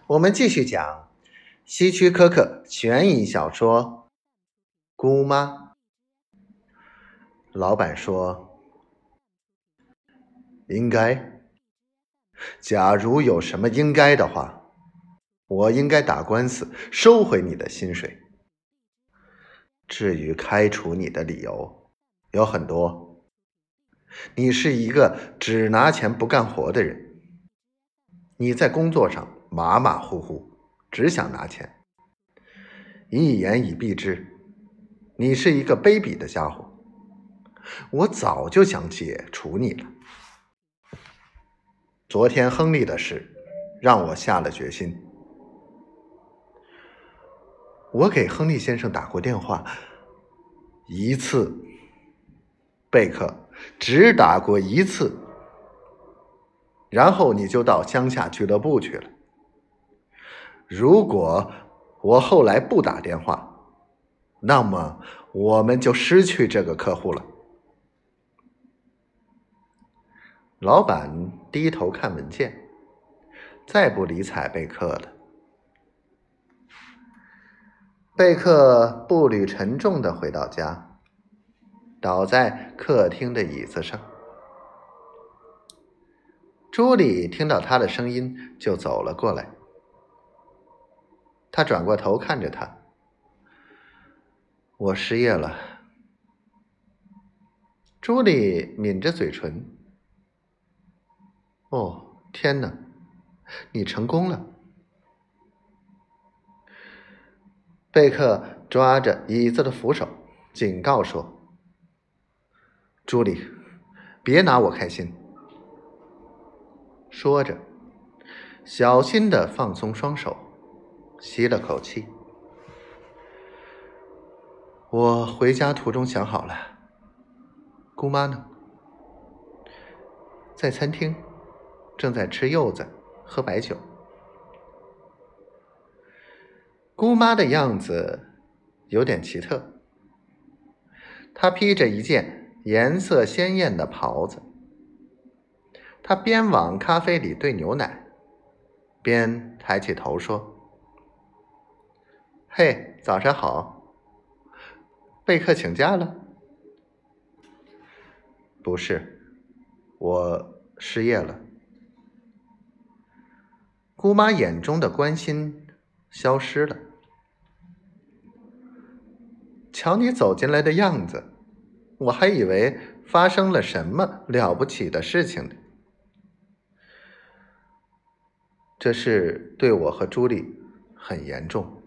我们继续讲希区柯克悬疑小说《姑妈》。老板说：应该，假如有什么应该的话，我应该打官司收回你的薪水。至于开除你的理由有很多，你是一个只拿钱不干活的人，你在工作上马马虎虎，只想拿钱。一言以蔽之，你是一个卑鄙的家伙，我早就想解除你了。昨天亨利的事让我下了决心。我给亨利先生打过电话一次，贝克，只打过一次，然后你就到乡下俱乐部去了。如果我后来不打电话，那么我们就失去这个客户了。老板低头看文件，再不理睬贝克了。贝克步履沉重地回到家，倒在客厅的椅子上。朱莉听到他的声音就走了过来，他转过头看着他。我失业了。朱莉抿着嘴唇。哦，天哪，你成功了。贝克抓着椅子的扶手，警告说：朱莉，别拿我开心。说着，小心地放松双手，吸了口气。我回家途中想好了。姑妈呢？在餐厅，正在吃柚子，喝白酒。姑妈的样子有点奇特，她披着一件颜色鲜艳的袍子，她边往咖啡里兑牛奶，边抬起头说：嘿，早上好。贝克请假了？不是，我失业了。姑妈眼中的关心消失了。瞧你走进来的样子，我还以为发生了什么了不起的事情呢。这事对我和朱莉很严重。